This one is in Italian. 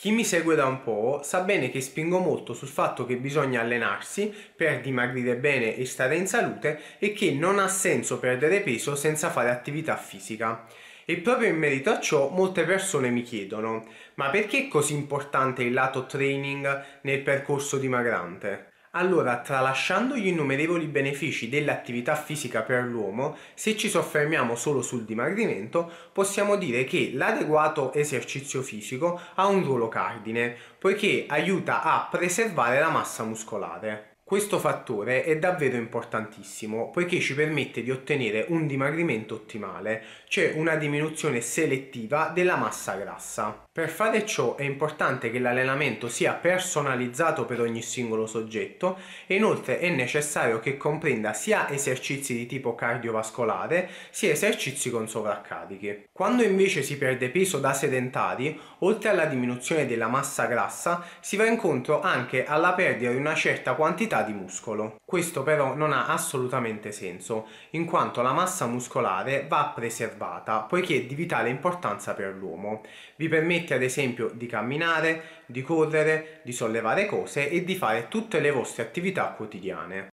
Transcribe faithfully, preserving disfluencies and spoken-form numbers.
Chi mi segue da un po' sa bene che spingo molto sul fatto che bisogna allenarsi per dimagrire bene e stare in salute e che non ha senso perdere peso senza fare attività fisica. E proprio in merito a ciò molte persone mi chiedono: ma perché è così importante il lato training nel percorso dimagrante? Allora, tralasciando gli innumerevoli benefici dell'attività fisica per l'uomo, se ci soffermiamo solo sul dimagrimento, possiamo dire che l'adeguato esercizio fisico ha un ruolo cardine, poiché aiuta a preservare la massa muscolare. Questo fattore è davvero importantissimo, poiché ci permette di ottenere un dimagrimento ottimale, cioè una diminuzione selettiva della massa grassa. Per fare ciò è importante che l'allenamento sia personalizzato per ogni singolo soggetto e inoltre è necessario che comprenda sia esercizi di tipo cardiovascolare sia esercizi con sovraccarichi. Quando invece si perde peso da sedentari, oltre alla diminuzione della massa grassa, si va incontro anche alla perdita di una certa quantità di muscolo. Questo però non ha assolutamente senso, in quanto la massa muscolare va preservata, poiché è di vitale importanza per l'uomo. Vi permette ad esempio di camminare, di correre, di sollevare cose e di fare tutte le vostre attività quotidiane.